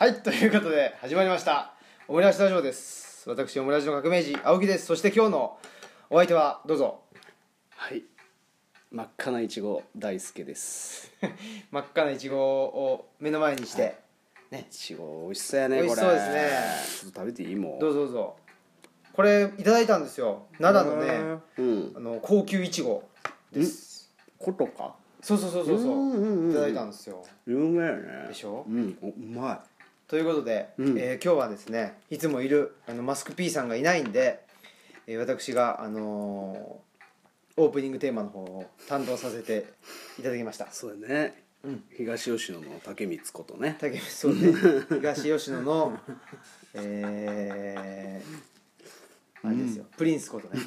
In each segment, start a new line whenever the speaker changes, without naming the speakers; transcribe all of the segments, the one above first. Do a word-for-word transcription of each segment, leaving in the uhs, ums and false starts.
はい、ということで始まりましたオムライスラジオです。私オムライスの革命児青木です。そして今日のお相手はどうぞ。
はい、真っ赤ないちご大輔です
真っ赤ないちごを目の前にして、はい、
ね、いちご美味しそうやね。これ
美味しそうですね。
ちょっと食べていい？もう
どうぞどうぞ。これいただいたんですよ、奈良のね、
うん、
あの高級いちごです。
ことか。
そうそうそうそうそう、
うんうんうん、
いただいたんですよ。
有名やね。
でしょ。
うん、おうまい。
ということで、
うん、
えー、今日はですね、いつもいるあのマスク P さんがいないんで、えー、私が、あのー、オープニングテーマの方を担当させていただきました。
そうだね、
うん、
東吉野の竹光ことね。
竹光、そうね東吉野のえー、あれですよ、うん、プリンスことね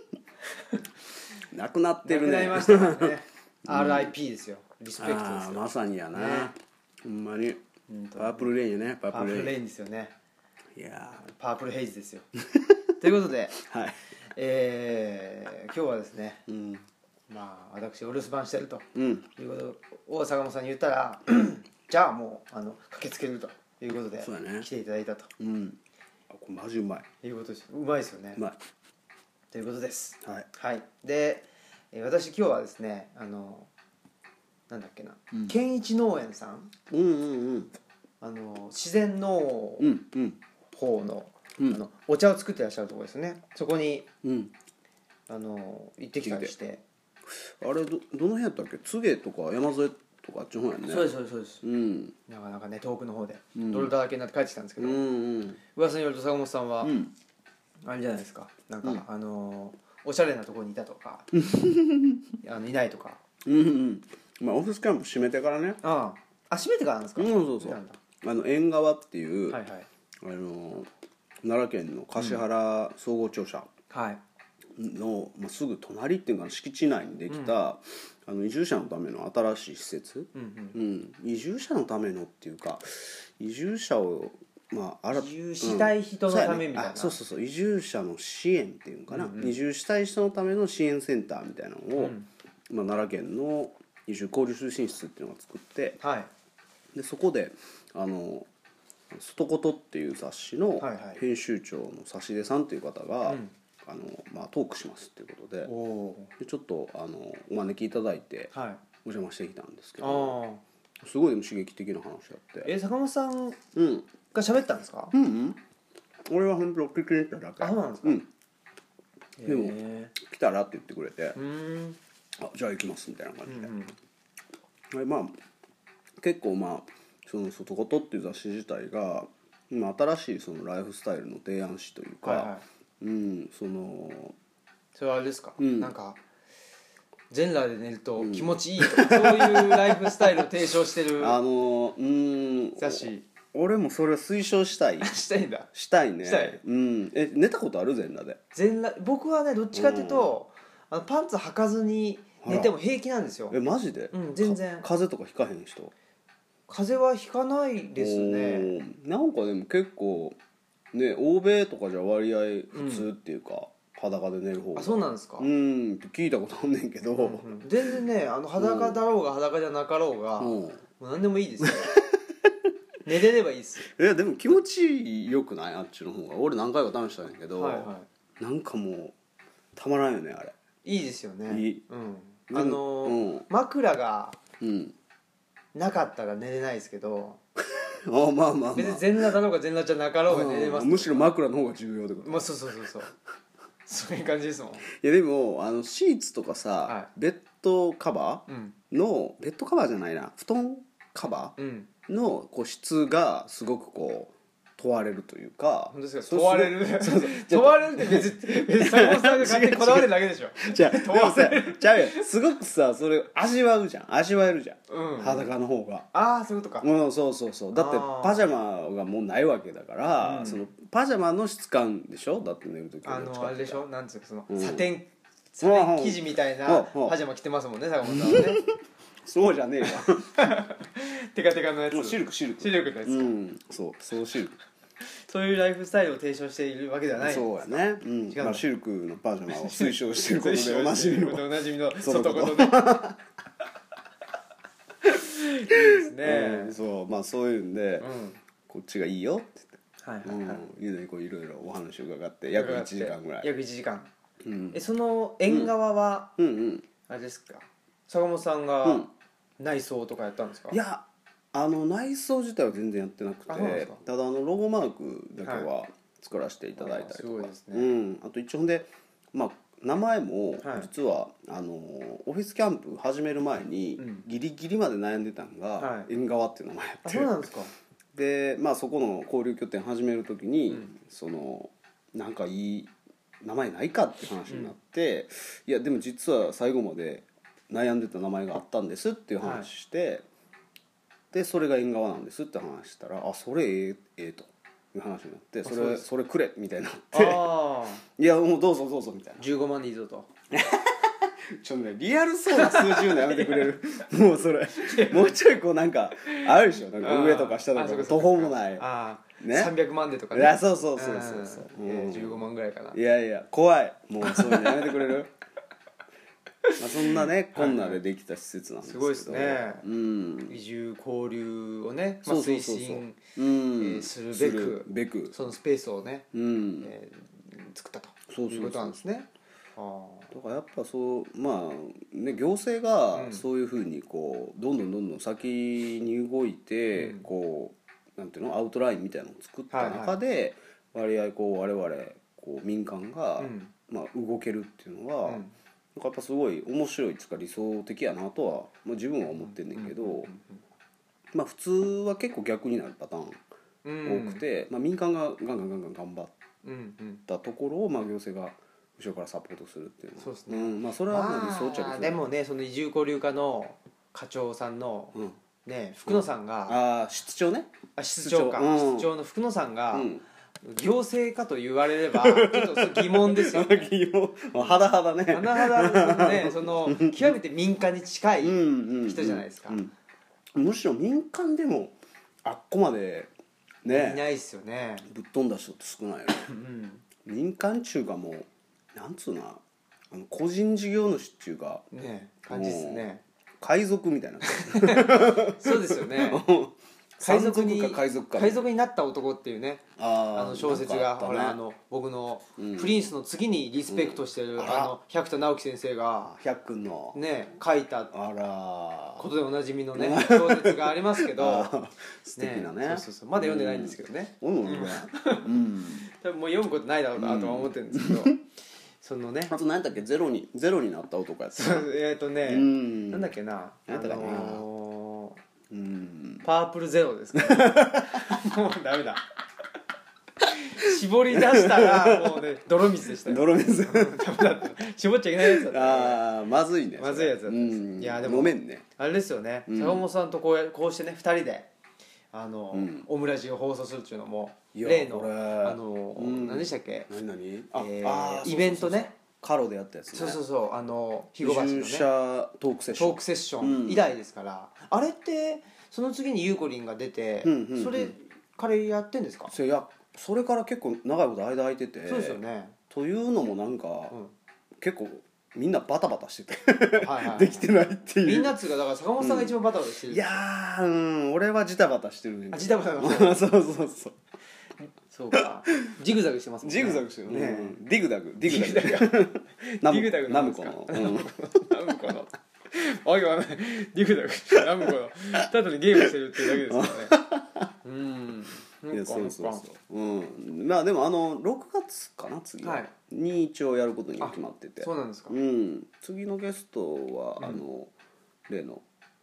亡くなってるね。
亡くなりましたからねアールアイピー ですよ。リスペクトですよ。
まさにやな、ね、ほんまにパープルレインね。
パープルレインですよね。
いや
パープルヘイズですよということで、
はい、
えー、今日はですね、
うん、
まあ私お留守番してると、
うん、
いうことを大阪本さんに言ったらじゃあもうあの駆けつけるということで、ね、来ていただいたと、
うん、あ、これマジうまい。
いうことです。うまいですよね。
うまい
ということです。
はい、
はい、で私今日はですね、あのなんだっけな、うん、健一農園さん、
うんうんうん、
あの自然農法の、うんうん、あのお茶を作ってらっしゃるところですね。そこに、うん、あの行ってきたりして、
あれ ど, どの辺やったっけ？柘植とか山添とかあっちの方やね。
そうですそうですそうです、
うん、
なかなかね遠くの方で、うん、泥だらけになって帰ってきたんですけど、うんうん、噂によると坂本さんは、うん、あれじゃないですか、なんか、うん、あのおしゃれなところにいたとかあのいないとか、
うんうん、まあオフィスキャンプ閉めてからね。
ああ、閉めてからなんですか？
うん、そうそう、あの縁側っていう、
はいはい、
あの奈良県の橿原総合庁舎の、うん、まあ、すぐ隣っていうか敷地内にできた、うん、あの移住者のための新しい施設、うんうんうん、移住者のためのっていうか移住者を、まあ、
移住したい人のためみたいな、
うん、そうそうそう、移住者の支援っていうのかな、うんうん、移住したい人のための支援センターみたいなのを、うん、まあ、奈良県の移住交流推進室っていうのが作って、はい、でそこであのすとことっていう雑誌の編集長の指出さんという方が、はいはい、あのまあ、トークしますっていうことで、でちょっとあのお招きいただいて、はい、お邪魔してきたんですけど、すごいでも刺激的な話あって、
え坂本さんが喋ったんですか？
うん、うん、俺は本当聞きに行っただけ。
あ、そうなんですか？
うん、でも来たらって言ってくれて、うん、あ、じゃあ行きますみたいな感じで、うんうん、まあ結構まあその外ことっていう雑誌自体が今新しいそのライフスタイルの提案誌というか、はいはい、うん、その
それはあれですか、うん、なんか全裸で寝ると気持ちいいとか、うん、そういうライフスタイルを提唱してるあのうん雑誌。
俺もそれは推奨したい
したいんだ。
したいね。
したい、
うん、え寝たことある？全裸で。
全裸、僕はねどっちかっていうと、うん、あのパンツ履かずに寝ても平気なんですよ。
えマジで？
うん、全然。
風邪とかひかへん人？
風邪はひかないですね。
なんかでも結構ね、欧米とかじゃ割合普通っていうか、うん、裸で寝る方が。
あ、そうなんですか？
うん、聞いたことあんねんけど、うんうん、
全然ね、あの裸だろうが裸じゃなかろうが、うん、もう何でもいいですよ寝れればいいっすよ。
いやでも気持ちよくない？あっちの方が。俺何回か試したんやけど、はいはい、なんかもうたまらんよねあれ。
いいですよね。
いい、
うん、あのーうん、枕が、うんなかったら寝れないですけど
あ、まあまあまあ、
別に全裸だろうが全裸じゃなかろうが寝れます。
むしろ枕の方が重要ってこと。
まあ、そうそうそうそうそういう感じですもん。い
やでもあのシーツとかさ、はい、ベッドカバーの、うん、ベッドカバーじゃないな布団カバーのこう質がすごくこう問われるというか。
本当ですか？問われるそうそう問われるって別に別に坂本さんが勝手にこだわるだけでしょ。
じゃあ問われるじゃあすごくさそれ味わうじゃん味わえるじゃん、うん、裸の方が。
ああそういうことか。
うん、そうそうそう。だってパジャマがもうないわけだから、うん、そのパジャマの質感でしょ。だって寝るときは
あのあれでしょ、なんつうかその、うん、サテンサテン生地みたいなパジャマ着てますもんね坂本さんはね
そうじゃねえわ
テカテカのやつ。
シルクシルク
シルクのやつか、うん、
そうそうシルク
そういうライフスタイルを提唱しているわけではない。
そうやね、うん、まあ、シルクのパジャマを推奨してることでおなじみの
おなじみの外ことでいいですね、
うん、そうまあそういうんで、うん、 こっちがいいよって
言って、はいはいはい、
うん、いうのにこういろいろお話を伺って約いちじかんぐらい
約いちじかん、うん、えその縁側は、うんうんうん、あれですか坂本さんが内装とかやったんですか？
いやあの内装自体は全然やってなくて、ただあのロゴマークだけは作らせていただいたりとか、はい、すごいですね、うん、あと一応で、まあ、名前も実は、はい、あのオフィスキャンプ始める前にギリギリまで悩んでたのが、はい、縁側っていう名前やって、
そうなんですか。
で、まあ、そこの交流拠点始める時に、うん、そのなんかいい名前ないかって話になって、うん、いやでも実は最後まで悩んでた名前があったんですっていう話して、はい、でそれが縁側なんですって話したら、あそれええええという話になって、それそれくれみたいになって、あいやもうどうぞどうぞみたいな、
じゅうごまんでいいぞと
ちょっとねリアルそうな数字言うのやめてくれるもうそれもうちょいこうなんかあるでしょ、なんか上とか下とか途方もない、
あね、さんびゃくまんでとかね、
いやそうそうそうそうそう、
うん、じゅうごまんぐらいかな、
いやいや怖い、もうそういうのやめてくれるまあそんなねこんなでできた施設なんですけど、
すごいですね、うん、移住交流をね、まあ、推進するべくべくそのスペースをね、うんえー、作ったということなんですね。
あだからやっぱそうまあね行政がそういうふうにこうどんどんどんどん先に動いて、うん、こうなんていうのアウトラインみたいなのを作った中で、はいはい、割合こう我々こう民間が、うんまあ、動けるっていうのは、うん、なんかやっぱすごい面白いつか理想的やなとは、まあ、自分は思ってんねんけど、まあ普通は結構逆になるパターン多くて、うんまあ、民間がガンガンガンガン頑張ったところを、まあ、行政が後ろからサポートするっていうのは
そうですね、
うんまあ、それはもう理想っちゃ理想、まあ、
でもねその移住交流課の課長さんの、うんね、福野さんが、うん、
ああ室長ね
あ室長か、うん、室長の福野さんが、うん、行政かと言われればちょっと疑問ですよね
疑問はだはだね
はだはだねその極めて民間に近い人じゃないですか、うんうん
うん、むしろ民間でもあっこまでね
いないっすよね、
ぶっ飛んだ人って少ないよね、うん、民間中がもうなんつうなあの個人事業主っていうか
ね感じですね、
海賊みたいな
そうですよね海賊に海賊か海賊になった男っていうねあの小説が、ね、ほらあの僕のプリンスの次にリスペクトしてる、うん、あの百田直樹先生が
百君の
ね書いたことでおなじみのね小説がありますけど
素敵なね、
そうそうそうまだ読んでないんですけどね、
うん、うん、
多分もう読むことないだろうなとは思ってるんですけど、そのね
あと何だっけゼロにゼロになった男やった
えっとね、うん、なんだっけな
何だっけな、あ
のーうんパープルゼロですかもうダメだ絞り出したらもうね泥水でしたよ
泥水
ダメだった絞っちゃいけないやつだった、ね、
ああまずいね
まずいやつだったんです、うん、いやでも
飲めんね
あれですよね、うん、坂本さんとこうやこうしてねふたりであの、うん、オムラジを放送するっていうのも例のあの、うん、何でしたっけ
何何、
えー、あイベントね
カロでやったやつね
そうそうそうあの肥後橋のね
移住者トークセッション
トークセッション以来ですから、うん、あれってその次にゆうこりんが出て、うんうんうん、それからやってんですか？
それいやそれから結構長いこと間空いてて
そうですよね
というのもなんか、うん、結構みんなバタバタしててはい、はい、できてないっていう
みんなっつうかだから坂本さんが一番バタバタしてる、
うん、いやーうん俺はジタバタしてる
あジタバタ
そうそうそう
そうかジグザグしてますもんね
ジグザグしてるね、うん、ディグダグ
ディグダグディグダグ
ナムコの
ナムコのわけわかんないディグダグナムコのただにゲームしてるっていうだけですからねうん
いやそうそうそう、うん、まあでもあのろくがつかな次は、はい、に一応やることに決まってて
そうなんですか、
うん、次のゲストは、うん、あの例の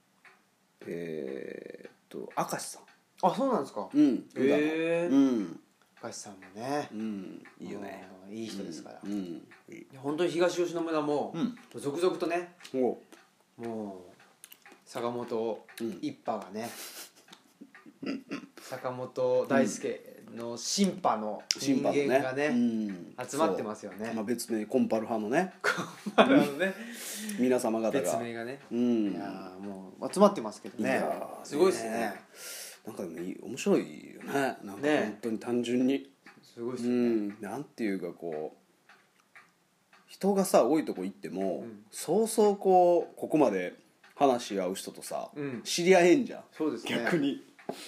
えー、っと明石さん
あそうなんですか
うん
へえー、うん明石さんもね、
うん、いいよね
いい人ですから、
うんうん、
本当に東吉野村も、うん、続々とねもう坂本一派がね、うん、坂本大輔のシンパの人間がね、うん、集まってますよね、
まあ、別名コンパル派のね
コンパル派のね
皆様方が
別名がね、うん、いやもう集まってますけどねすごいですね
なんかでも面白いよねなんか本当に単純に、
ね、すごいですよね、
うん、なんていうかこう人がさ多いとこ行っても、うん、そうそうこうここまで話し合う人とさ、うん、知り合えんじゃん
そうですね
逆に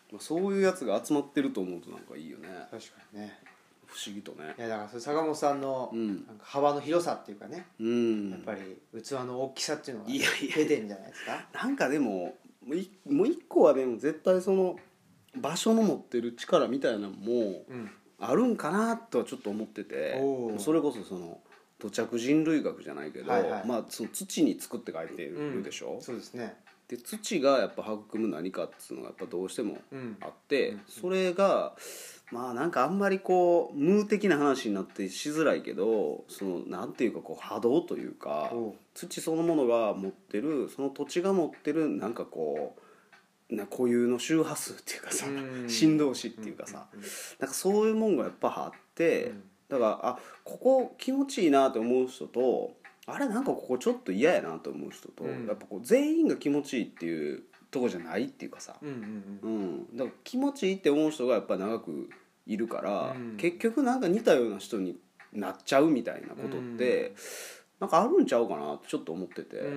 そういうやつが集まってると思うとなんかいいよね。
確かにね、
不思議とね。
いやだからそれ坂本さんのなんか幅の広さっていうかね、うん、やっぱり器の大きさっていうのが出てんじゃないですか。
いやいやなんかでももう一個はでも絶対その場所の持ってる力みたいなのもあるんかなとはちょっと思ってて、うん、それこそその土着人類学じゃないけど、はいはい、まあその土に作って書いてるでしょ、
うん、そうですね。
で土がやっぱ育む何かっていうのがやっぱどうしてもあって、うん、それがまあなんかあんまりこう無的な話になってしづらいけど、そのなんていうかこう波動というか、土そのものが持ってるその土地が持ってるなんかこうな固有の周波数っていうかさ、振動子っていうかさ、なんかそういうもんがやっぱあって、だからあここ気持ちいいなと思う人と、あれなんかここちょっと嫌やなと思う人と、うん、やっぱこう全員が気持ちいいっていうとこじゃないっていうかさ、うんうんうんうん、だから気持ちいいって思う人がやっぱ長くいるから、うん、結局なんか似たような人になっちゃうみたいなことって、うん、なんかあるんちゃうかなってちょっと思ってて、うん、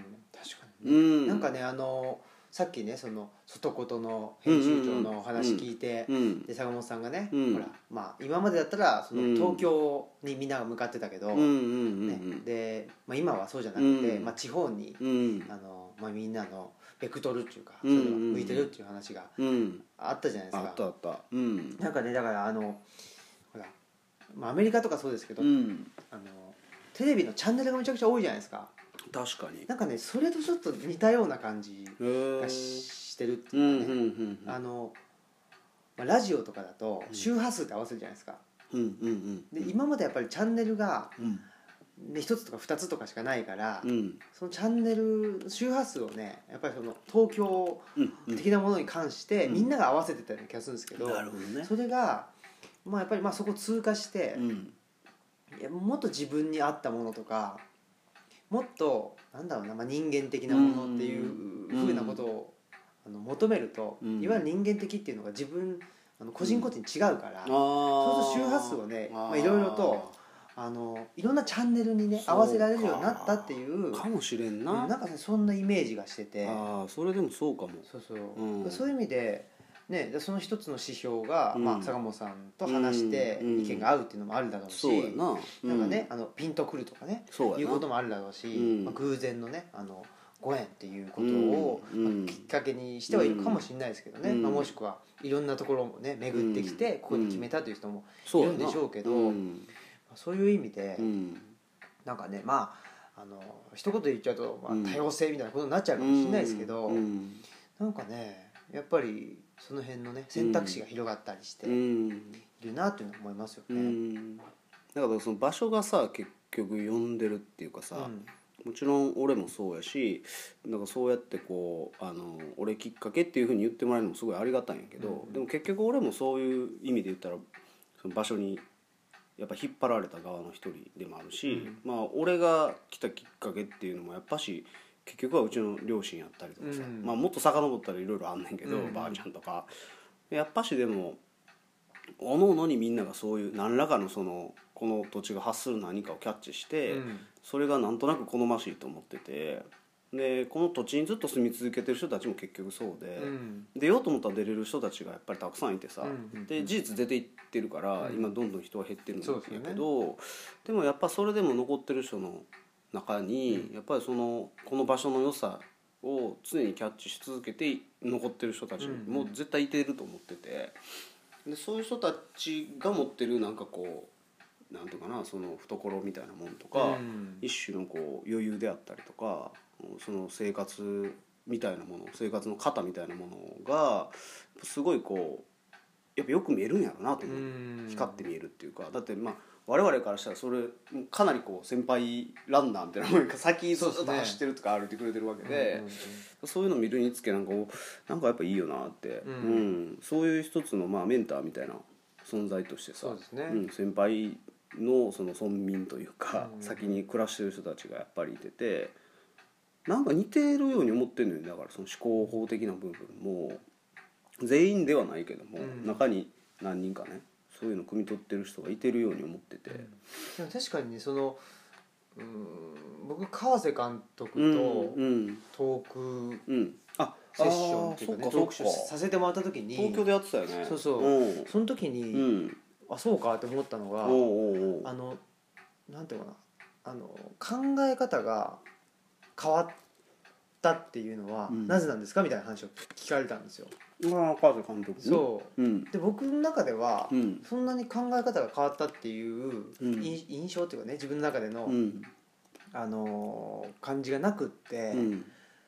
確かに、ね、うん、なんかねあのさっきねその外ことの編集長のお話聞いて、うんうんうん、で坂本さんがね、うん、ほらまあ今までだったらその東京にみんなが向かってたけど、うん、ね、で、まあ、今はそうじゃなくて、うんまあ、地方に、うん、あのまあ、みんなのベクトルっていうか、うん、それが向いてるっていう話があったじゃないですか、うん、
あったあった、うん、
なんかねだからあのほら、まあ、アメリカとかそうですけど、うん、あのテレビのチャンネルがめちゃくちゃ多いじゃないですか。
確かに
なんかねそれとちょっと似たような感じがしてるっていうかね、うんうんうんうん、あの、まあ、ラジオとかだと周波数って合わせるじゃないですか、うんうんうん、で今までやっぱりチャンネルが、うんね、ひとつとかふたつとかしかないから、うん、そのチャンネル周波数をねやっぱりその東京的なものに関してみんなが合わせてたような気がするんですけど、うんなるほどね、それが、まあ、やっぱりまあそこ通過して、うん、いやもっと自分に合ったものとかもっとなんだろうな、まあ、人間的なものっていうふうなことを、あの求めると、うん、いわゆる人間的っていうのが自分あの個人個人違うから、うん、そうすると周波数をねいろいろとあのいろんなチャンネルにね合わせられるようになったっていう
かもしれんな、
うん、なんかねそんなイメージがしてて、
あそれでもそうかも、
そうそう、うん、そういう意味でね、その一つの指標が、うんまあ、坂本さんと話して意見が合うっていうのもあるだろうし、うん、な, なんかねあのピンとくるとかねいうこともあるだろうし、うんまあ、偶然のねあのご縁っていうことを、うんまあ、きっかけにしてはいるかもしれないですけどね、うんまあ、もしくはいろんなところもね巡ってきてここに決めたという人もいるんでしょうけど、うん、そういう意味で、うん、なんかねまああの一言で言っちゃうと、まあ、多様性みたいなことになっちゃうかもしれないですけど、うん、なんかねやっぱりその辺のね選択肢が広がったりしているなというのは思いますよね、うん、
だからその場所がさ結局呼んでるっていうかさ、うん、もちろん俺もそうやしなんかそうやってこうあの俺きっかけっていう風に言ってもらえるのもすごいありがたいんやけど、うん、でも結局俺もそういう意味で言ったらその場所にやっぱ引っ張られた側の一人でもあるし、うん、まあ俺が来たきっかけっていうのもやっぱし結局はうちの両親やったりとかさ、うんまあ、もっと遡ったらいろいろあんねんけど、うん、ばあちゃんとかやっぱしでもおのおのにみんながそういう何らかのそのこの土地が発する何かをキャッチして、うん、それがなんとなく好ましいと思っててでこの土地にずっと住み続けてる人たちも結局そうで、うん、出ようと思ったら出れる人たちがやっぱりたくさんいてさ、うん、で事実出ていってるから、うん、今どんどん人は減ってるんだけど、うん で, ね、でもやっぱそれでも残ってる人の中にやっぱりそのこの場所の良さを常にキャッチし続けて残ってる人たちも絶対いてると思っててでそういう人たちが持ってるなんかこうなんていうかなその懐みたいなものとか、うん、一種のこう余裕であったりとかその生活みたいなもの生活の型みたいなものがすごいこうやっぱよく見えるんやろうなと思う、うん、光って見えるっていうかだってまあ我々からしたらそれかなりこう先輩ランナーみたいなものが先ずっと走ってるとか歩いてくれてるわけで、うんうんうん、そういうのを見るにつけなんかなんかやっぱいいよなって、うんうん、そういう一つのまあメンターみたいな存在としてさ、そうですね、うん、先輩のその村民というか、うんうん、先に暮らしてる人たちがやっぱりいててなんか似てるように思ってるのよ。だからその思考法的な部分も全員ではないけども、うん、中に何人かねそういうのを汲み取ってる人がいてるように思ってて、うん、
でも確かにねそのうん僕川瀬監督とトーク、うんうん、
あ
セッションっていうかねトークショーさせてもらった時に
東京でやってたよね。
そうそう、うん、その時に、うん、あそうかって思ったのが、おうおうおうあのなんていうかなあの考え方が変わったっていうのは、うん、なぜなんですかみたいな話を聞かれたんですよ。
まあ、川瀬監督
そう、うん、で僕の中では、うん、そんなに考え方が変わったっていう、うん、印象っていうかね自分の中での、うん、あのー、感じがなくって、うん、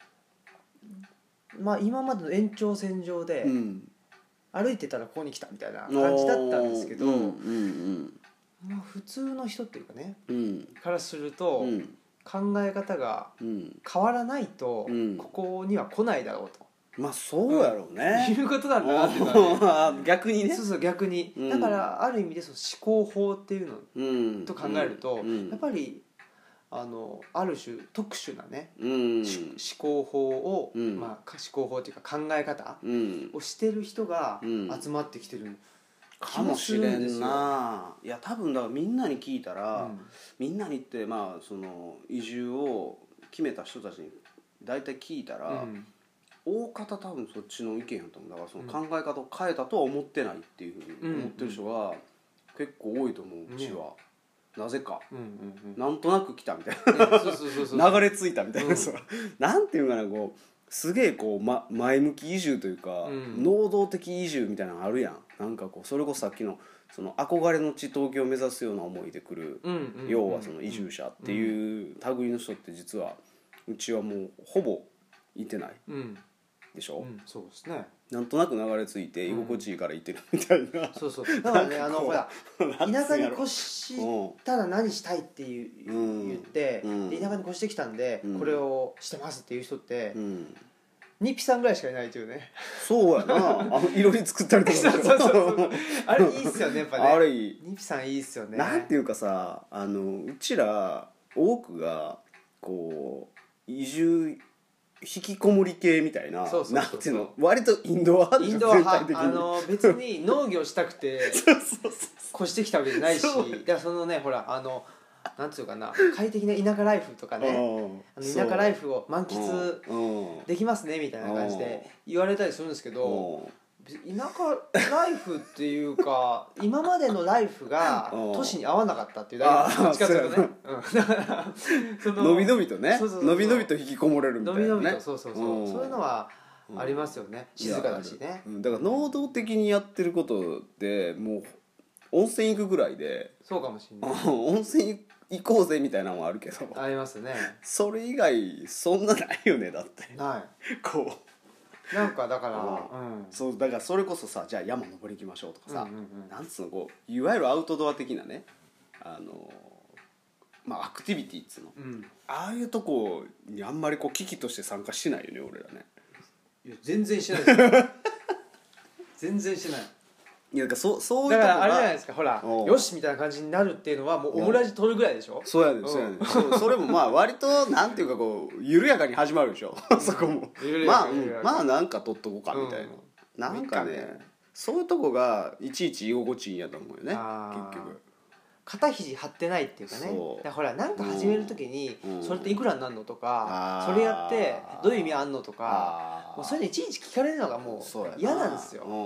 まあ今までの延長線上で、うん、歩いてたらここに来たみたいな感じだったんですけど、うんうんうんまあ、普通の人っていうかね、うん、からすると、うん、考え方が変わらないと、ここには来ないだろうと。
まあそうやろうね、
うん、いうことなんだなっていうのは、
ね、逆にね
そうそう逆に、うん、だからある意味でその思考法っていうのと考えると、うん、やっぱりあのある種特殊なね、うん、思考法を、うん、まあ、思考法っていうか考え方をしてる人が集まってきてる
かもしれんな。いや多分だからみんなに聞いたら、うん、みんなにってまあその移住を決めた人たちに大体聞いたら、うん大方多分そっちの意見やと思う。だからその考え方を変えたとは思ってないっていうふうに思ってる人が結構多いと思う、うちは、うん、なぜか、うんうんうん、なんとなく来たみたいな流れ着いたみたいな、うん、なんていうかなこうすげえこう、ま、前向き移住というか、うん、能動的移住みたいなのあるやん。なんかこうそれこそさっきのその憧れの地東京を目指すような思いで来る、うんうんうん、要はその移住者っていう類の人って実はうちはもうほぼいてない、うんでしょ、うん、
そうですね。
なんとなく流れ着いて居心地いいからいてるみたいな、うん、
そうそうだからねあのほら田舎に越したら何したいっていう、うん、言って、うん、で田舎に越してきたんで、うん、これをしてますっていう人って、うん、ニッピさんぐらいしかいないというね。
そうやなあの色に作ったりとか
そうそうそうあれいいっすよねやっぱね。
あれいい。
ニッピさんいいっすよね。
なんていうかさあのうちら多くがこう移住引きこもり系みたいな、そうそうそうそうなんていうの割とインドア
インドア派あの別に農業したくて越してきたわけじゃないしだからそのねほらあのなんていうかな快適な田舎ライフとかねあの田舎ライフを満喫できますねみたいな感じで言われたりするんですけど田舎ライフっていうか今までのライフが都市に合わなかったっていうだけど近づくとね、うん、だから
そののびのびとねのびのびと引きこもれるみたいなねのびのびと
そうそうそうそういうのはありますよね、うん、静かだしね、
うん、だから能動的にやってることでもう温泉行くぐらいで
そうかもしれない
温泉行こうぜみたいなのもあるけど
ありますね
それ以外そんなないよねだって
ない
こう
なんかだから、うん、
そうだからそれこそさじゃあ山登り行きましょうとかさ、うんうんうん、なんつうのこういわゆるアウトドア的なねあのまあアクティビティっつうの、うん、ああいうとこにあんまりこう危機として参加しないよね俺らね。
いや全然しない全然しない
いやだからそそういう
だからあれじゃないですかほらよしみたいな感じになるっていうのはもうオムラジ取るぐらいでしょ。
そうやねんそうやねんそ, それもまあ割となんていうかこう緩やかに始まるでしょそこもまあ、うん、まあなんか取っとこうかみたいな、うん、なんかねそういうとこがいちいち居心地いいんやと思うよね結局
肩肘張ってないっていうかねだからほらなんか始める時にそれっていくらになるのとか、うん、それやってどういう意味あんのとかもうそれでいちいち聞かれるのがもう嫌なんですよ、うん、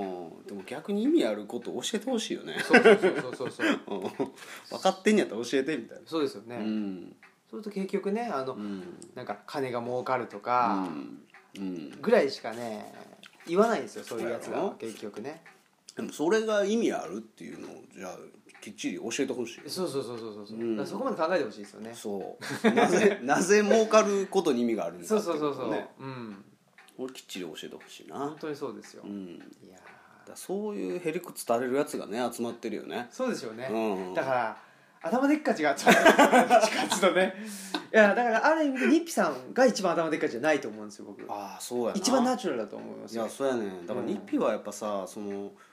でも逆に意味あること教えてほしいよね
そうそうそうそうそう
分かってんやったら教えてみたいな
そうですよね、うん、そうすると結局ねあの、うん、なんか金が儲かるとか、うん、ぐらいしかね言わないんですよそういうやつが結局ね
でもそれが意味あるっていうのをじゃあきっちり教えてほしい。
そうそうそうそうそう、うん、だからそこまで考えてほしいですよね。
そうなぜなぜ儲かることに意味があるんだって
そうそうそうそう、ね、うん。
俺きっちり教えてほしいな。
本当にそうですよ。
うん、いやだそういうへりくつ垂れるやつがね集まってるよね。
そうですよね。うん、だから頭でっかちが集まってるかつとね。いやだからある意味でニッピさんが一番頭でっかちじゃないと思うんですよ僕。
ああそうやな。
一番ナチュラルだと思います
よ。いやそうやね。だからニッピはやっぱさその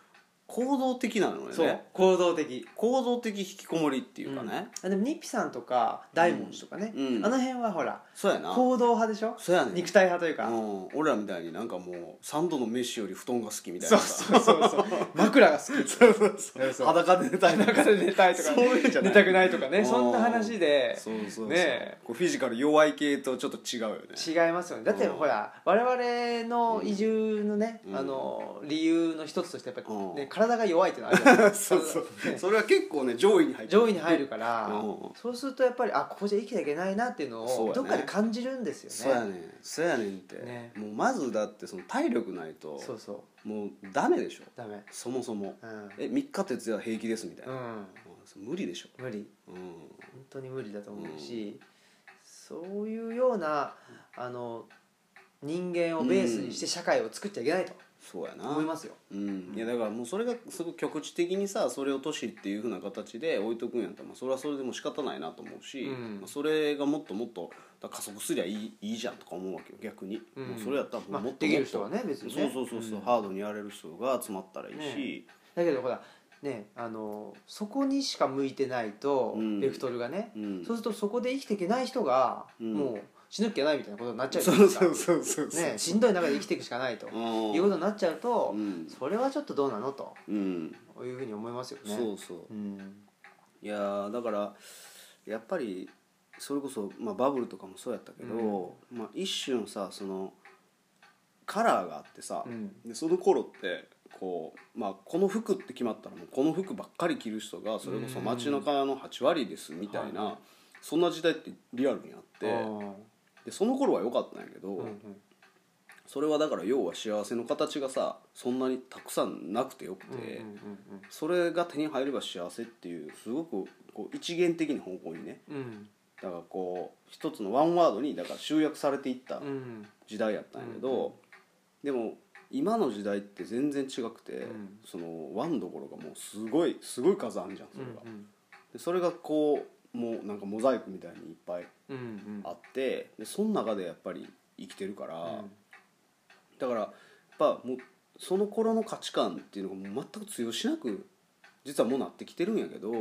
行動的なのよね。
そう行動的
行動的引きこもりっていうかね、
うん、でもニッピさんとか大文字とかね、うんうん、あの辺はほら
そうやな
行動派でしょ。
そうやね
肉体派というか、
うん、俺らみたいになんかもう三度の飯より布団が好きみたいな
そうそうそうそう枕が好き
そうそうそうそう裸で寝たい
裸で寝たいとか、ね、そういうんじゃない寝たくないとかね、そんな話で
そうそうそう、
ね、
こうフィジカル弱い系とちょっと違うよね。
違いますよね。だってほら我々の移住のね、うん、あの理由の一つとしてやっぱり、ね、体が弱いっていうのはあるじゃないですかそうそう、
ね、それは結構ね上位に入ってる
上位に入るから、うん、そうするとやっぱりあここじゃ生きてはいけないなっていうのをどっかで感じるんですよね。
そうやねんそうやねんって、ね、もうまずだってその体力ないと
そうそう
もうダメでしょ。
ダメ
そもそも、
うん、
えみっか徹夜平気ですみたいな、うん、無理でしょ。
無理、うん、本当に無理だと思うし、うん、そういうようなあの人間をベースにして社会を作っちゃいけないと、
そうやな
思いますよ、
うん、いやだからもうそれがすごく局地的にさそれを都市っていう風な形で置いとくんやったら、まあ、それはそれでも仕方ないなと思うし、うんまあ、それがもっともっと加速すりゃいい、いいじゃんとか思うわけよ逆に、うん、もうそれやったらもっともっと、まあ、できる人はね別にねそうそうそうそう、うん、ハードにやれる人が集まったらいいし、
ね、だけどほらね、あのそこにしか向いてないと、うん、ベクトルがね、うん、そうするとそこで生きていけない人が、うん、もう死ぬっきゃないみたいなことになっちゃうじゃないですか。そうそうそうそう、ね、しんどい中で生きていくしかないということになっちゃうと、うん、それはちょっとどうなのと、うん、いうふうに思いますよね。
そうそう、うん、いやだからやっぱりそれこそ、まあ、バブルとかもそうやったけど、うんまあ、一瞬さそのカラーがあってさ、うん、でその頃ってこう、まあ、この服って決まったらもうこの服ばっかり着る人がそれこそ街中のはち割ですみたいな、うん、そんな時代ってリアルにあって、でその頃は良かったんやけど、うんうん、それはだから要は幸せの形がさそんなにたくさんなくてよくて、うんうんうんうん、それが手に入れば幸せっていうすごくこう一元的な方向にね、うん、だからこう一つのワンワードにだから集約されていった時代やったんやけど、うんうん、でも今の時代って全然違くて、うん、そのワンどころかもうすごいすごい数あるじゃんそれが、うんうん、でそれがこうもうなんかモザイクみたいにいっぱいあって、でその中でやっぱり生きてるから、うん、だからやっぱもうその頃の価値観っていうのがもう全く通用しなく実はもうなってきてるんやけど、うん、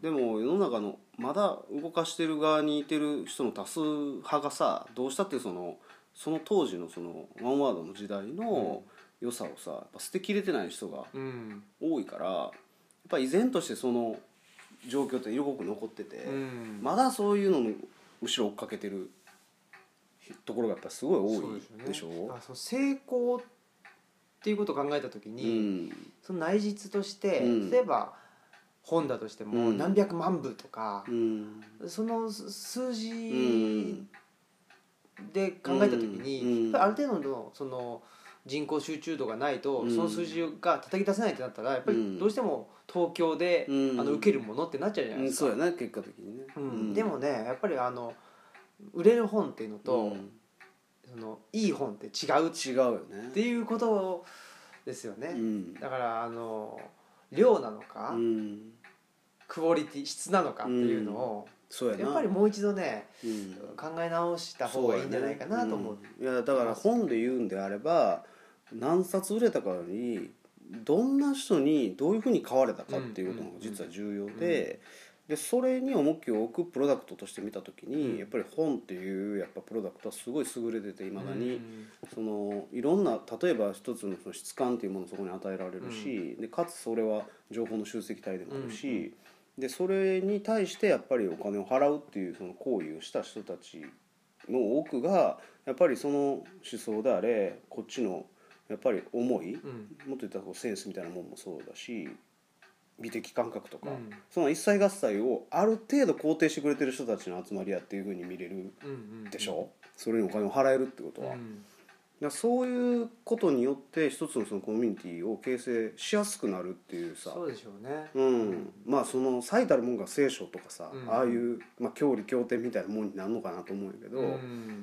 でも世の中のまだ動かしてる側にいてる人の多数派がさどうしたってそのその当時のそのワンワードの時代の良さをさやっぱ捨てきれてない人が多いから、やっぱ依然としてその状況って色濃く残ってて、うん、まだそういうのの後ろ追っかけてるところがやっぱすごい多いでしょ。
あそう成功っていうことを考えた時に、うん、その内実として、うん、例えば本だとしても何百万部とか、うん、その数字で考えた時に、ある程度のその人口集中度がないと、その数字が叩き出せないってなったらやっぱりどうしても東京で、あの受けるものってなっちゃうじゃないですか、
そうやね結果的にね、
うんでもねやっぱりあの売れる本っていうのと、そのいい本って違う
違うよね
っていうことですよね、だからあの量なのか、クオリティ質なのかっていうのを、そうやなやっぱりもう一度ね、うん、考え直した方がいいんじゃないかなと思う、
うん、いやだから本で言うんであれば何冊売れたかよりどんな人にどういうふうに買われたかっていうことが実は重要で、でそれに重きを置くプロダクトとして見た時に、うん、やっぱり本っていうやっぱプロダクトはすごい優れてていまだに、うん、そのいろんな例えば一つのその質感っていうものをそこに与えられるし、うん、でかつそれは情報の集積体でもあるし、うんでそれに対してやっぱりお金を払うっていうその行為をした人たちの多くがやっぱりその思想であれこっちのやっぱり思い、うん、もっと言ったらこうセンスみたいなもんもそうだし美的感覚とか、うん、その一切合切をある程度肯定してくれてる人たちの集まりやっていう風に見れるでしょ、うんうんうん、それにお金を払えるってことは、うんだそういうことによって一つのそのコミュニティを形成しやすくなるっていうさ
そうでしょうね、
うん、まあその最たるもんが聖書とかさ、うん、ああいう、まあ、教理経典みたいなもんになるのかなと思うんやけど、うん、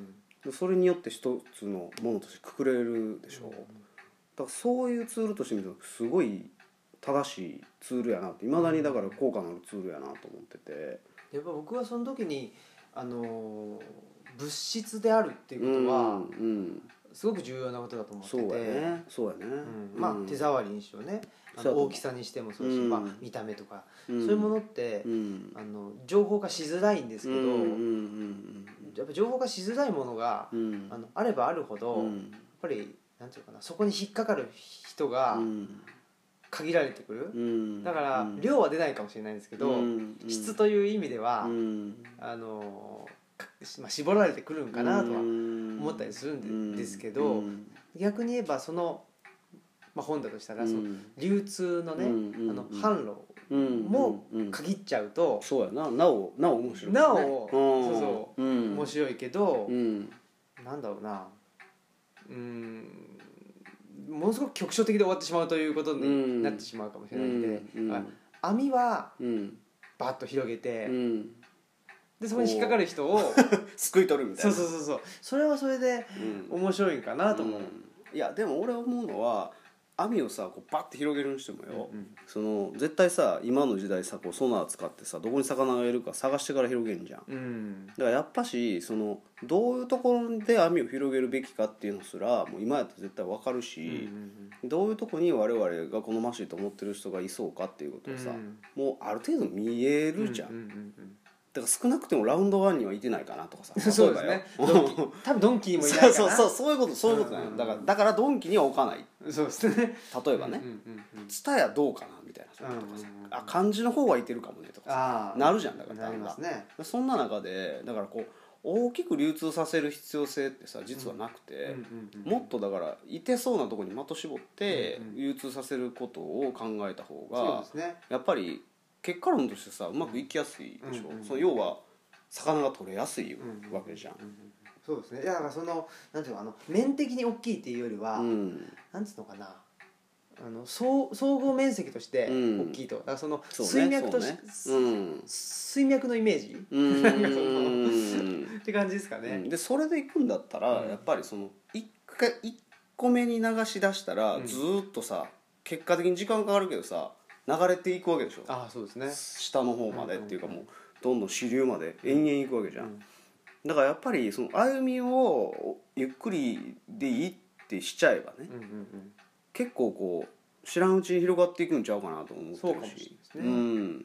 それによって一つのものとしてくくれるでしょ、うん、だからそういうツールとして見るとすごい正しいツールやなっていまだにだから効果のあるツールやなと思ってて、
やっぱ僕はその時にあのー、物質であるっていうことは、うんうんすごく重要なことだと思ってて、
そうやね、そうやね、
うん、まあ手触りにしろね、 あの大きさにしてもそうし、うんまあ、見た目とか、うん、そういうものって、うん、あの情報化しづらいんですけど、うんうんうん、やっぱ情報化しづらいものが、うん、あのあればあるほど、うん、やっぱりなんていうかな、そこに引っかかる人が限られてくる、うん、だから、うん、量は出ないかもしれないんですけど、うん、質という意味では、うん、あのまあ、絞られてくるんかなとは思ったりするん で,、ですけど、うん、逆に言えばその、まあ、本だとしたら、うん、その流通のね、うん、あの販路も限っちゃうと、
うん、そうやな、なおなお面白い、
ね、なお、そうそう、うん、面白いけど、うん、なんだろうな、うーん、ものすごく局所的で終わってしまうということになってしまうかもしれないので、うんうん、網はバッと広げて、うん、でそこに引っかかる人を
すくい取るみたいな、
そうそうそうそう、それはそれで面白いかなと思う、うんうん、
いやでも俺思うのは、網をさこうバッて広げるにしてもよ、うんうん、その絶対さ今の時代さこうソナー使ってさどこに魚がいるか探してから広げんじゃん、うん、だからやっぱしそのどういうところで網を広げるべきかっていうのすらもう今やったら絶対分かるし、うんうんうん、どういうところに我々が好ましいと思ってる人がいそうかっていうことをさ、うん、もうある程度見えるじゃん、うんうんうんうん、だから少なくてもラウンドワンにはいてないかなとかさ
そうですね多分ドンキにもいないかな
そうそうそうそういうことそういうことね、うんうん、だからだからドンキには置かない
そうですね
例えばねツタヤどうかなみたいなとかさ、うんうんうん、あ漢字の方はいてるかもねとかさなるじゃんだからだんだん、ね、そんな中でだからこう大きく流通させる必要性ってさ実はなくて、うんうんうんうん、もっとだからいてそうなところに的絞って流通させることを考えた方が、うんうん、ね、やっぱり結果論としてさうまくいきやすいでしょ、うんうんうん、その要は魚が取れやすいわけじゃん、うんうんうん、
そうですね。いやだからそのなんていうの、あの面的に大きいっていうよりは、うん、なんつうのかな、あの総総合面積として大きいと、うん、だからその水脈とし、ねね、うん、水脈のイメージ、うん、なんかそのって感じですかね、
うん、でそれでいくんだったら、うん、やっぱりその一回一個目に流し出したら、うん、ずっとさ結果的に時間かかるけどさ流れていくわけでしょ。
ああそうですね。
下の方までっていうかもうどんどん支流まで延々いくわけじゃん、うん、だからやっぱりその歩みをゆっくりでいいってしちゃえばね、うんうんうん、結構こう知らんうちに広がっていくんちゃうかなと思ってるし、
そうかもしれないですね、
うん、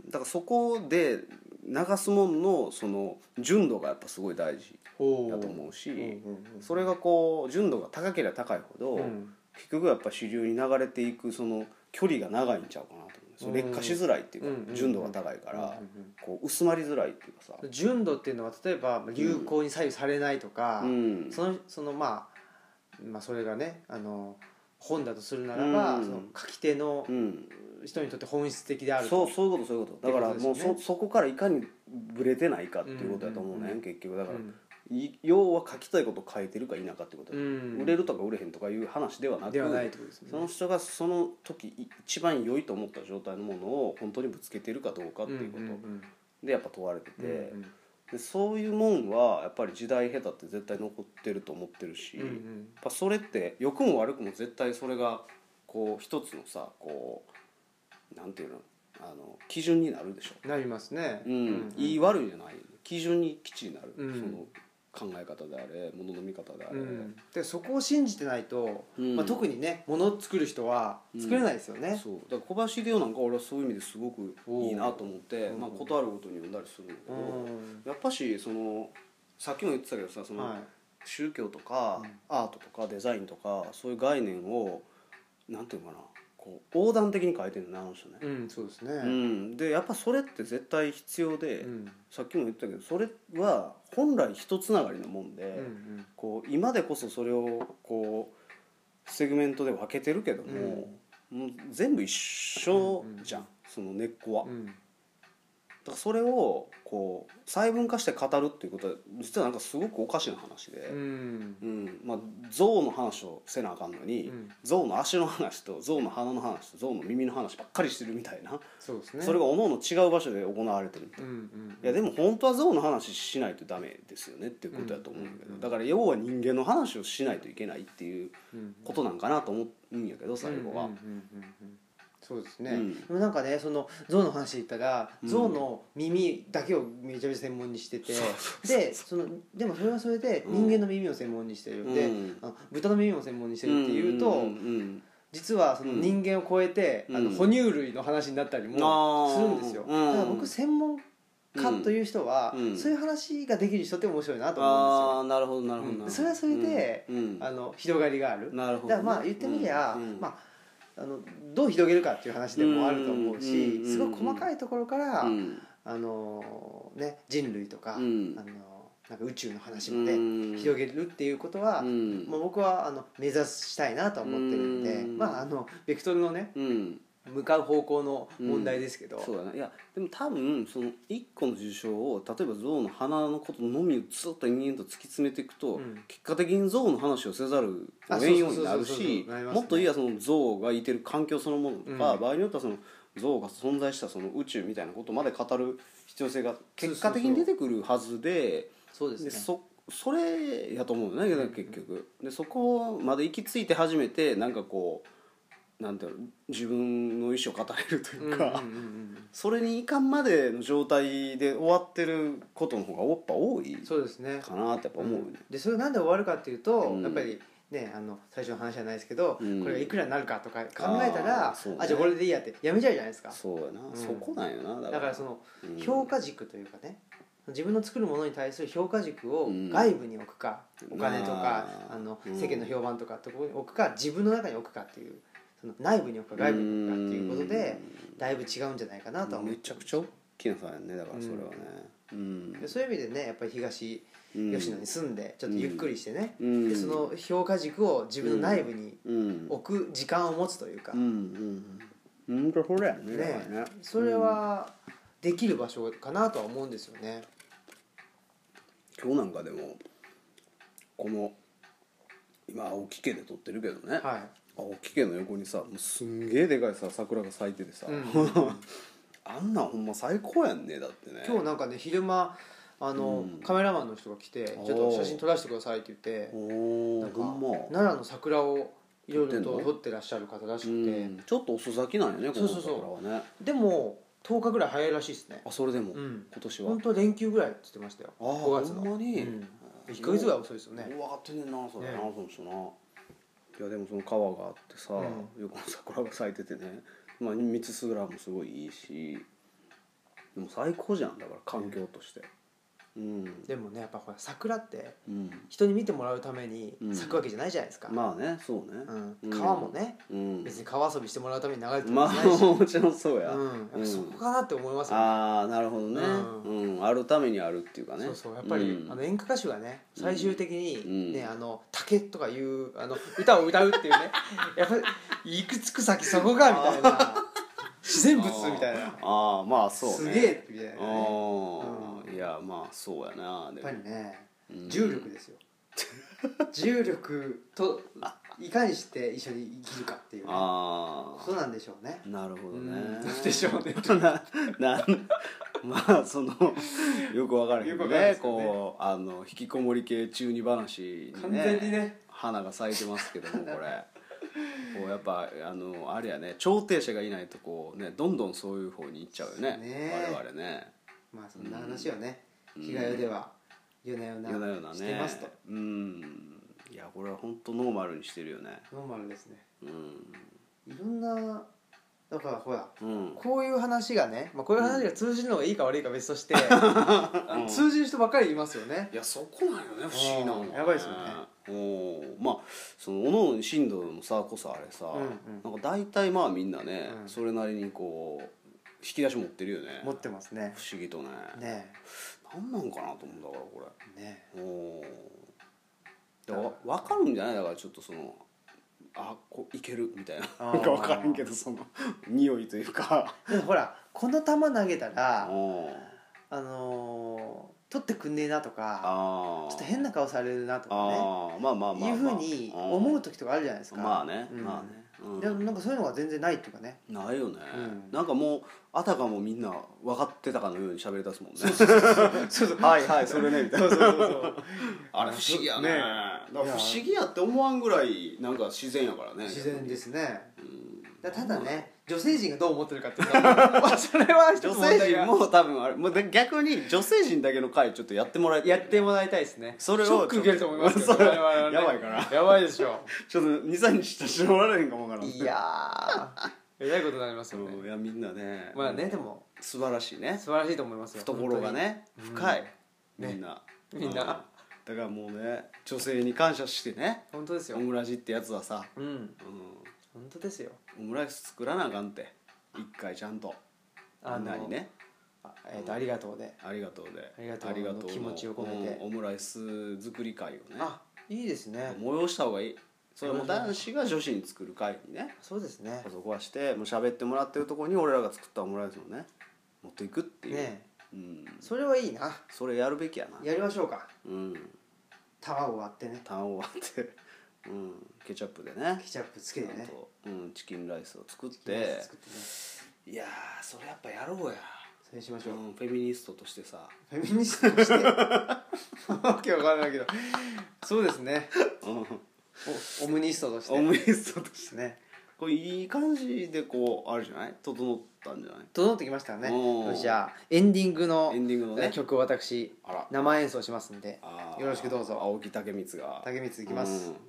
だからそこで流すもんのその純度がやっぱすごい大事だと思うし、うんうんうん、それがこう純度が高ければ高いほど、うん、結局やっぱ支流に流れていくその距離が長いんちゃうかなと思う。劣化しづらいっていうか、うん、純度が高いから、うんうんうん、こう薄まりづらいっていうかさ、
純度っていうのは例えば流行に左右されないとか、うん、そのその、まあ、まあそれがねあの本だとするならば、うん、その書き手の人にとって本質的である
と、そうそういうことそういうことだからもう そ, そこからいかにブレてないかっていうことだと思うね、うんうんうん、結局だから、うん要は書きたいことを書いてるか否かってことだ、うん、売れるとか売れへんとかいう話ではなく
ではないってことですね、
その人がその時一番良いと思った状態のものを本当にぶつけてるかどうかっていうことでやっぱ問われてて、うんうん、でそういうもんはやっぱり時代下手って絶対残ってると思ってるし、うんうん、やっぱそれって良くも悪くも絶対それがこう一つのさこうなんていうのあの基準になるでしょ。
なりますね、
うんうんうん、いい悪いじゃない基準にきっちりなる、うん、その考え方であれ物の見方であれ、うん、
でそこを信じてないと、うんまあ、特にね物を作る人は作れないですよね、
うん、そうだから小林秀夫なんか俺はそういう意味ですごくいいなと思って、まあ、ことあるごとに読んだりするんだけど、うん、やっぱしそのさっきも言ってたけどさその、はい、宗教とか、うん、アートとかデザインとかそういう概念をなんていうのかなこう横断的に書いてるのねあの人ね、
うん、そうですね、
うん、でやっぱそれって絶対必要で、うん、さっきも言ったけどそれは本来一つながりのもんで、うんうん、こう今でこそそれをこうセグメントで分けてるけども、うん、もう全部一緒じゃん、うんうん、その根っこは、うん、だからそれをこう細分化して語るっていうことは実はなんかすごくおかしな話で、うんうんまあ、象の話をせなあかんのに、うん、象の足の話と象の鼻の話と象の耳の話ばっかりしてるみたいな、
そうですね、
それがおのおの違う場所で行われてるみたいな、うんうんうん、いやでも本当は象の話しないとダメですよねっていうことだと思うんだけど、うんうんうん、だから要は人間の話をしないといけないっていうことなんかなと思うんやけど最後は、うんうんうんうん
そうですね、うん、でもなんかねその象の話で言ったら、うん、象の耳だけをめちゃめちゃ専門にしてて、うん、でそのでもそれはそれで人間の耳を専門にしてる、うん、であの豚の耳を専門にしてるっていうと、うんうんうんうん、 実はその人間を超えて、うん、あの哺乳類の話になったりもするんですよ、うん、だから僕専門家という人は、うん、そういう話ができる人って面白いなと思うんですよ。
ああなるほどなるほど、うん、
それはそれで、うん、あの広がりがある。
なるほど、
ね、だからまあ言ってみりゃ、うん、まあ、あのどう広げるかっていう話でもあると思うし、すごい細かいところから、うん、あのね、人類とか、うん、あのなんか宇宙の話まで広げるっていうことは、うんまあ、僕はあの目指したいなと思ってるんで、うんまああのベクトルのね、うん向かう方向の問題ですけど、
うん、そうだね。いやでも多分そのいっこの事象を例えば象の鼻のことのみをずっと延々と突き詰めていくと、うん、結果的に象の話をせざるを得んようになるし、もっと言えばその象がいてる環境そのものとか、うん、場合によってはその象が存在したその宇宙みたいなことまで語る必要性が結果的に出てくるはずで、
そうですね。
でそそれやと思うね、うん、結局でそこまで行き着いて初めてなんかこうなんていうの自分の意思を語れるというか、うんうんうんうん、それにいかんまでの状態で終わってることの方がやっぱ多い
そうですね
かなってやっぱ思うよね、うん、
でそれなんで終わるかっていうと、うん、やっぱりねあの最初の話じゃないですけど、うん、これがいくらになるかとか考えたら、あ、ね、あじゃあこれでいいやってやめちゃうじゃないですか。
そうやな、うん、そこなんよな
だから、だからその、うん、評価軸というかね自分の作るものに対する評価軸を外部に置くか、うん、お金とかあの世間の評判とかところに置くか自分の中に置くかっていうその内部に置くか外部に置くかっていうことでだいぶ違うんじゃないかなとは思う。
めちゃくちゃ大きな差やねだからそれはね、
うん、でそういう意味でねやっぱり東吉野に住んでちょっとゆっくりしてね、うん、でその評価軸を自分の内部に置く時間を持つというか、
うんうん、うん、それやね、
ね、それはできる場所かなとは思うんですよね。
今日なんかでもこの今青木家で撮ってるけどね、はい、青木家の横にさもうすんげえでかいさ桜が咲いててさ、うん、あんなんほんま最高やんね。だってね
今日なんかね昼間あの、うん、カメラマンの人が来てちょっと写真撮らせてくださいって言ってなんか奈良の桜をいろいろと撮ってらっしゃる方らしくて、うん、
ちょっと遅咲きなんよねこの桜はね。そうそう
そうでもとおかぐらい早いらしいですね。
あそれでも、うん、今年は
本当連休ぐらいって言ってましたよ。
あごがつのほんまに、うん、
いっかげつぐらい遅いですよね。
分かってんねんなそれな、ね、その人な。いやでもその川があってさ、うん、横の桜が咲いててね、まあ、道すぐらもすごいいいしでも最高じゃんだから環境として、
うん、でもねやっぱほら桜って人に見てもらうために咲くわけじゃないじゃないですか、
うん、まあねそうね、
うん、川もね、うん、別に川遊びしてもらうために流れてる
わけじゃないし、まあ、もちろんそうや、
うん、そこかなって思いますよ
ね、ああなるほどね、うんうん、あるためにあるっていうかね。
そうそうやっぱり、うん、あの演歌歌手がね最終的に、ね、うん、あの竹とかいうあの歌を歌うっていうねやっぱりいくつく先そこがみたいな自然物みたいな
ああまあそうね
すげえみたいなね、
うん、いやまあそうやな。
やっぱりね、うん、重力ですよ重力といかにして一緒に生きるかっていうねあそうなんでしょうね。
なるほどね、うん、
なんでしょうね
ななまあそのよく分からへんけど ね, ねこうあの引きこもり系中二話に、ね、
完全にね
花が咲いてますけどもこれこうやっぱあのあれやね調停者がいないとこうねどんどんそういう方に行っちゃうよ ね, ね我々ね。
まあそんな話をね、うん、日が夜では夜な夜な
夜な夜な、ね、
してますと。
うんいやこれは本当ノーマルにしてるよね。
ノーマルですね。うんいろんなだからほら、うん、こういう話がね、まあ、こういう話が通じるのがいいか悪いか別として、うん、通じる人ばっかりいますよね。
いやそこなんよね不思議なの、
ね、やばいですよね。
おまあそのおのおの震度の差こそあれさ、うんうん、なんか大体まあみんなね、うん、それなりにこう引き出し持ってるよね。
持ってますね
不思議とね。
ね
なんなんかなと思うんだからこれ
ね
おだから分かるんじゃないだからちょっとそのあこいけるみたいななんか分からんけどその匂いというか
でもほらこの球投げたらあのー、取ってくんねえなとかちょっと変な顔されるなとかね
あまあまあまあ、まあ、
いうふうに思う時とかあるじゃないですか。
まあね、うん、まあね
うん、でもなんかそういうのが全然ないっていうかね。
ないよね、うん、なんかもうあたかもみんな分かってたかのように喋り出すもんね。
そうそう
はいはいそれねみたいな。
そうそうそう
あれ不思議やね。ねだから不思議やって思わんぐらいなんか自然やからね。
自然ですね、
うん
だただね女性陣がどう思ってるかっていうのはまあそれは
女性陣も多分あれもう逆に女性陣だけの回ちょっとやってもらいたい、
やってもらいたいですね。
それを
ショック受けると思いますけど、我々はね、
やばいから
やばいでしょ
ちょっとにさんにち経してもらえへんかもわからん。
いやーえらいことになりますよね。
いやみんなね
まあねでも
素晴らしいね、
素晴らしいと思いますよ。
懐がね深い、みんな
みんな
だからもうね女性に感謝してね、
本当ですよ。
オムラジってやつはさ、
うん、うん、本当ですよ。
オムライス作らなあかんって一回ちゃんとみんなにね、
あ、えーと、ありがとうで
ありがとうで
ありがとうの気持ちを込めて、
うん、オムライス作り会をね、
あ、いいですね、
催した方がいい。それも男子が女子に作る会にね、
そうですね、
そこはしてもう喋ってもらってるところに俺らが作ったオムライスをね持っていくっていう
ね、
うん、
それはいいな。
それやるべきやな。
やりましょうか。
うん、
卵割ってね、
卵割ってうん、ケチャップでね
ケチャップつけてね、
うん、チキンライスを作って
作ってね、
いやーそれやっぱやろうや。
それしましょう、
うん、フェミニストとしてさ、
フェミニストとしてわけわからないけどそうですね、
うん、
オムニストとして
オムニストとして
ね、
これいい感じでこうあるじゃない、整ったんじゃない。
整ってきましたね。
うん
よし、じゃあエンディングの
エンディングのね
曲を私
あら
生演奏しますんで、
あー
よろしくどうぞ。
青木武光が
竹光いきます、
うん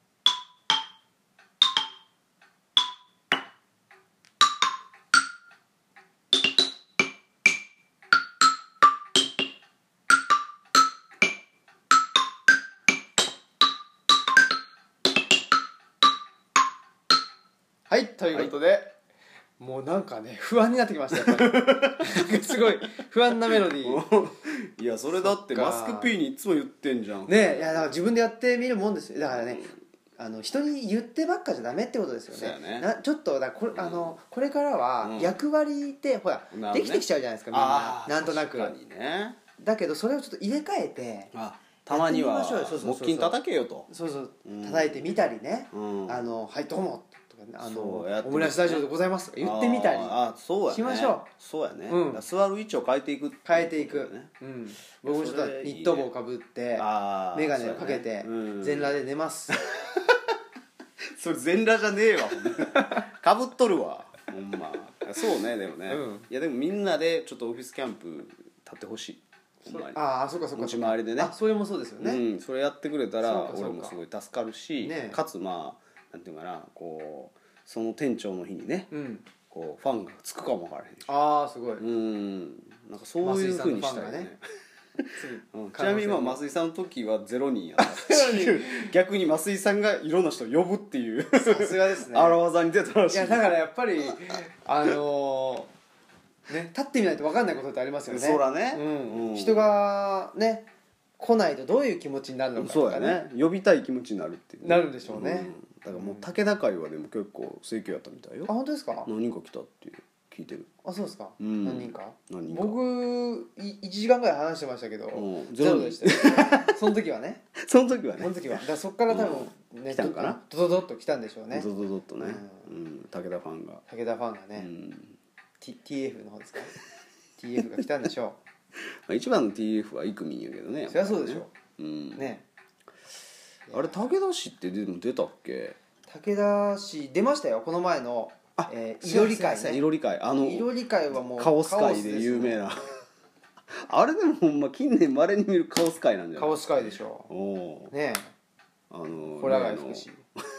はい、ということで、はい、もうなんかね不安になってきましたやっぱりなんかすごい不安なメロディー
いやそれだってマスク P にいつも言ってんじゃん
ね。いやだから自分でやってみるもんですよ。だからね、うん、あの人に言ってばっかじゃダメってことですよ ね, ねなちょっとだこれ、うん、あのこれからは役割ってほら、ね、できてきちゃうじゃないですかみんななんとなく。
確かにね。
だけどそれをちょっと入れ替えて
あたまには木琴叩けよと。
そうそう叩いてみたりね、うん、あのはいどうもあのオムライスラジオでございますとか言ってみたりしましょう。
そうやね、うん、座る位置を変えていく
変えていく、ね、うん、僕もちょっとニット帽かぶって眼鏡をかけて全裸で寝ます、
それ全裸じゃねえわかぶっとるわほんま。そうねでもね、うん、いやでもみんなでちょっとオフィスキャンプ立ってほしい。
ああそうかそうか、
持ち回りでね。
あそれもそうですよね、
うん、それやってくれたら俺もすごい助かるし、ね、かつまあなんていうかなこうその店長の日にね、うん、こうファンがつくかもわからへんし。
ああすごい。
うんなんかそういう風にしたいね。うん、ちなみにまあ増井さんの時はゼロにんやった逆に増井さんがいろんな人を呼ぶっていう
さすがですね
荒技に出たらしい。
いやだからやっぱりあのー、ね立ってみないと分かんないことってありますよね。
そうだね、
うんうん、人がね来ないとどういう気持ちになるのかとか、ね、
そうやね呼びたい気持ちになるっていう、
ね、なるんでしょうね、うん、
だからもう武田会はでも結構盛況やったみたいよ。
あ本当ですか。
何人か来たっていう聞いてる。
あそうですか、
うん、
何人か
何人か
僕いちじかんぐらい話してましたけど、うん、ゼロでしたよその時はね
その時はね
その時はだからそっから多分、ね、
来たんかな。
ドドドッと来たんでしょうね。
ドドドッとね、うんうん、武田ファンが
武田ファンがね、うん、T、ティーエフ の方ですかティーエフ が来たんでしょ
う一番の ティーエフ はイクミンやけどね。
そりゃそうでしょう、
うん、
ね
あれ武田市ってでも出たっけ。
武田市出ましたよこの前のえー、いろり会ね。
いろり会あの
いろり会はもう
カオス会で有名な、ね、あれでもほんま近年まれに見るカオス会なんじゃない。
カオス会でしょ。
お
ねえ
あの
ホラガイ福祉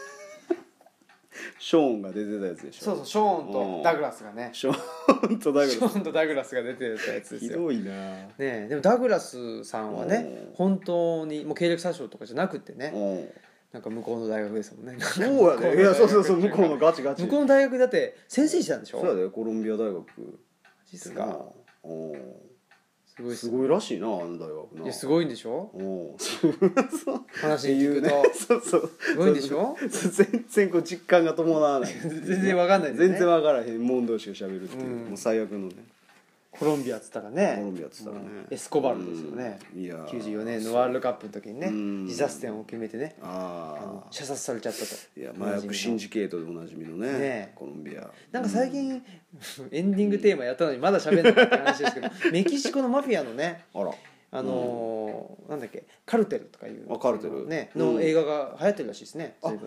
ショーンが出てたやつでしょ。
そうそうショーンとダグラスがね
ショーンとダグラス
ショーンとダグラスが出てたやつですよ。
ひどいな、
ねえでもダグラスさんはね本当にもう経歴詐称とかじゃなくてねなんか向こうの大学ですもんね。
そうやね。いやそうそうそう向こうのガチガチ。
向こうの大学だって先生してたんでしょ。
そうやでコロンビア大学。
ですか。
お
すごい
すごいらしいなあの大学な。
いやすごいんでしょ。
お
話聞くと
そうそう
すごいんでしょ。
全然こう実感が伴わない。
全然わかんないですね。
全然わからへんもん同士が喋るっていうもう最悪のね。
コロンビアっつったらね
コロンビアっつったらね、
エスコバルですよね、うん、いやきゅうじゅうよねんのワールドカップの時にね自殺点を決めてねああの射殺されちゃったと。
いや麻薬シンジケートでおなじみの ね, ねコロンビア
なんか最近、うん、エンディングテーマやったのにまだ喋んなかった話ですけどメキシコのマフィアのね
あら
あのーうん、なんだっけカルテルとかいう
あカルテル、
ね、の映画が流行ってるらしいですね、うん、
随分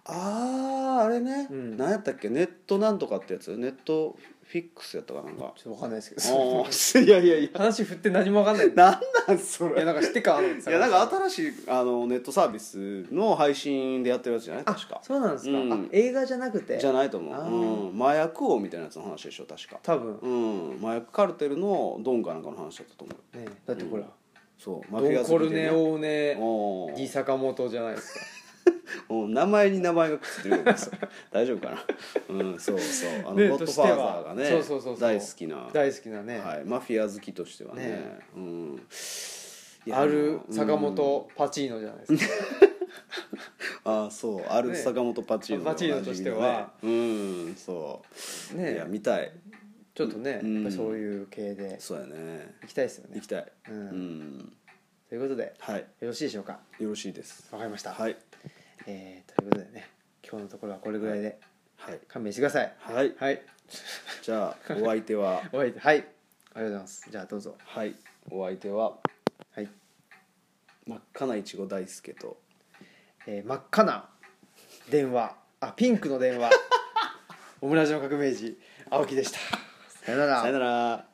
あああれね、うん、何やったっけネットなんとかってやつネットフィックスやったかなんか
ちょっと分かんないですけど
いやいやいや
話振って何も分かんない
なんなんそれ
いやなんか知ってかあの
いやなんか新しいあのネットサービスの配信でやってるやつじゃない確か
そうなんですか、うん、あ映画じゃなくて
じゃないと思う、うん、麻薬王みたいなやつの話でしょ確か
多分、
うん、麻薬カルテルのドンかなんかの話だったと思う、
ね、だってほら、うん、
そう
マフィア好きで、ね、ドンコルネオーネディ坂本じゃないですか
名前に名前がくっついてるんですよ大丈夫かなうんそうそうあの、ね、ゴッドファーザーがねそうそうそうそう大好きな
大好きなね、
はい、マフィア好きとしてはね、ねうん、
ある坂本パチーノじゃないですか、
うん、ああそうある坂本パチーノ、
ね、パチーノとしては
うんそうねいや見たい
ちょっとね、うん、やっぱそういう系で
そうやね
行きたいですよね
行きたい、
うんうん、ということで、はい、よろしいでしょうか
よろしいです
わかりました
はい
えー、ということでね今日のところはこれぐらいで勘弁してください
はい、
はい、
じゃあお相手は
お相手はいありがとうございますじゃあどうぞ
はいお相手は
はい
真っ赤ないちご大輔と、
えー、真っ赤な電話あピンクの電話オムラジの革命児青木でしたさよなら
さよなら。